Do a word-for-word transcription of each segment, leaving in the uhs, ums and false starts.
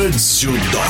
Про дзюдо.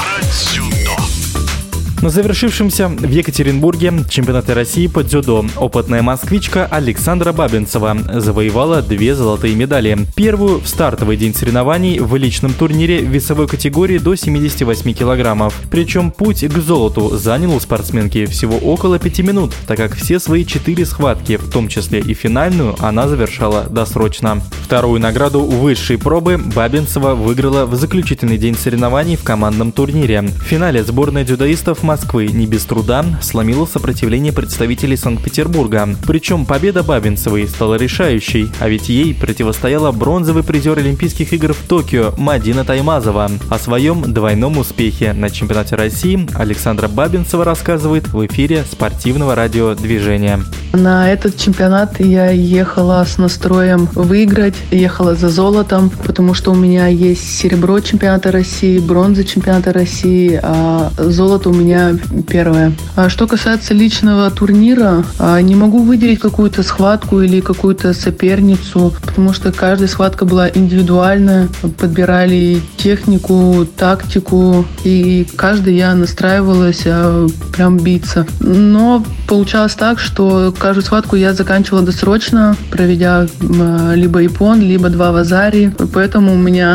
На завершившемся в Екатеринбурге чемпионате России по дзюдо опытная москвичка Александра Бабинцева завоевала две золотые медали. Первую в стартовый день соревнований в личном турнире в весовой категории до семидесяти восьми килограммов. Причем путь к золоту занял у спортсменки всего около пяти минут, так как все свои четыре схватки, в том числе и финальную, она завершала досрочно. Вторую награду высшей пробы Бабинцева выиграла в заключительный день соревнований в командном турнире. В финале сборная дзюдоистов Москвы не без труда сломила сопротивление представителей Санкт-Петербурга. Причем победа Бабинцевой стала решающей, а ведь ей противостояла бронзовый призер Олимпийских игр в Токио Мадина Таймазова. О своем двойном успехе на чемпионате России Александра Бабинцева рассказывает в эфире спортивного радиодвижения. На этот чемпионат я ехала с настроем выиграть, ехала за золотом, потому что у меня есть серебро чемпионата России, бронза чемпионата России, а золото у меня первое. А что касается личного турнира, не могу выделить какую-то схватку или какую-то соперницу, потому что каждая схватка была индивидуальная, подбирали технику, тактику, и каждый я настраивалась прям биться. Но получалось так, что каждую схватку я заканчивала досрочно, проведя либо иппон, либо два вазари, поэтому у меня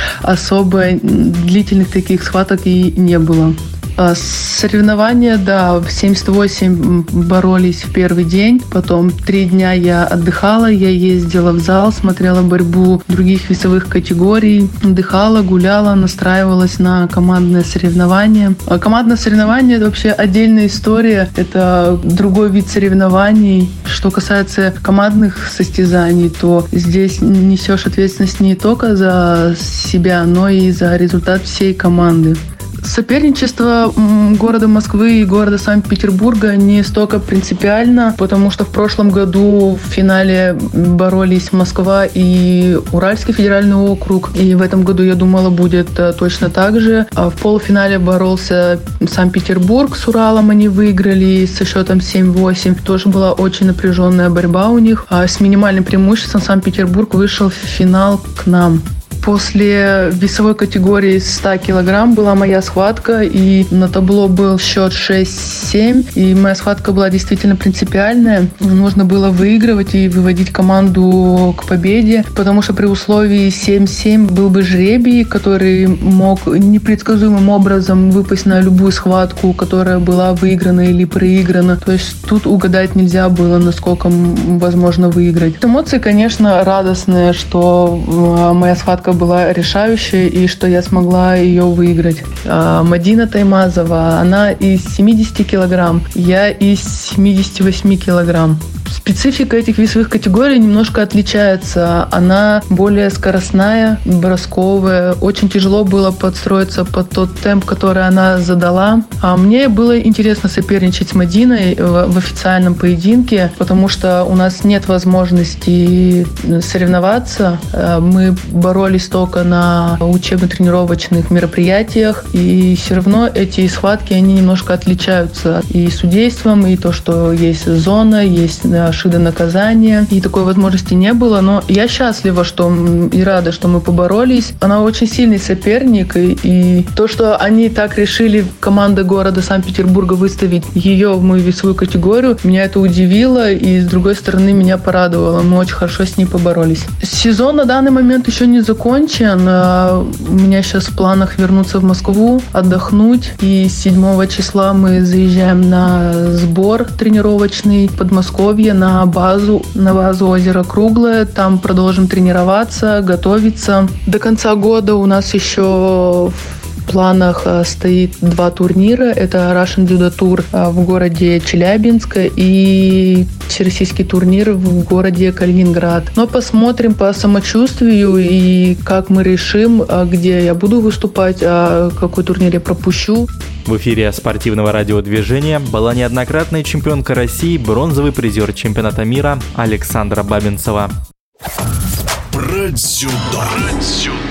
особо длительных таких схваток и не было. Соревнования, да, в семьдесят восемь боролись в первый день, потом три дня я отдыхала, я ездила в зал, смотрела борьбу других весовых категорий, отдыхала, гуляла, настраивалась на командное соревнование. А командное соревнование – это вообще отдельная история, это другой вид соревнований. Что касается командных состязаний, то здесь несешь ответственность не только за себя, но и за результат всей команды. Соперничество города Москвы и города Санкт-Петербурга не столько принципиально, потому что в прошлом году в финале боролись Москва и Уральский федеральный округ, и в этом году, я думала, будет точно так же. А в полуфинале боролся Санкт-Петербург с Уралом, они выиграли со счетом семь-восемь. Тоже была очень напряженная борьба у них. А с минимальным преимуществом Санкт-Петербург вышел в финал к нам. После весовой категории ста килограмм была моя схватка, и на табло был счет шесть-семь, и моя схватка была действительно принципиальная. Нужно было выигрывать и выводить команду к победе, потому что при условии семь-семь был бы жребий, который мог непредсказуемым образом выпасть на любую схватку, которая была выиграна или проиграна. То есть тут угадать нельзя было, насколько возможно выиграть. Эмоции, конечно, радостные, что моя схватка была решающая и что я смогла ее выиграть. Мадина Таймазова, она из семидесяти килограмм, я из семидесяти восьми килограмм. Специфика этих весовых категорий немножко отличается. Она более скоростная, бросковая. Очень тяжело было подстроиться под тот темп, который она задала. А мне было интересно соперничать с Мадиной в официальном поединке, потому что у нас нет возможности соревноваться. Мы боролись только на учебно-тренировочных мероприятиях, и все равно эти схватки, они немножко отличаются и судейством, и то, что есть зона, есть шида наказания, и такой возможности не было, но я счастлива, что и рада, что мы поборолись. Она очень сильный соперник, и, и то, что они так решили, команда города Санкт-Петербурга, выставить ее в мою весовую категорию, меня это удивило, и с другой стороны меня порадовало. Мы очень хорошо с ней поборолись. Сезон на данный момент еще не закончен. У меня сейчас в планах вернуться в Москву, отдохнуть, и седьмого числа мы заезжаем на сбор тренировочный в Подмосковье, на базу, на базу озера Круглое. Там продолжим тренироваться, готовиться. До конца года у нас еще в планах стоит два турнира. Это Russian Judo Tour в городе Челябинск и всероссийский турнир в городе Калининград. Но посмотрим по самочувствию и как мы решим, где я буду выступать, а какой турнир я пропущу. В эфире спортивного радиодвижения была неоднократная чемпионка России, бронзовый призер чемпионата мира Александра Бабинцева. Про дзюдо.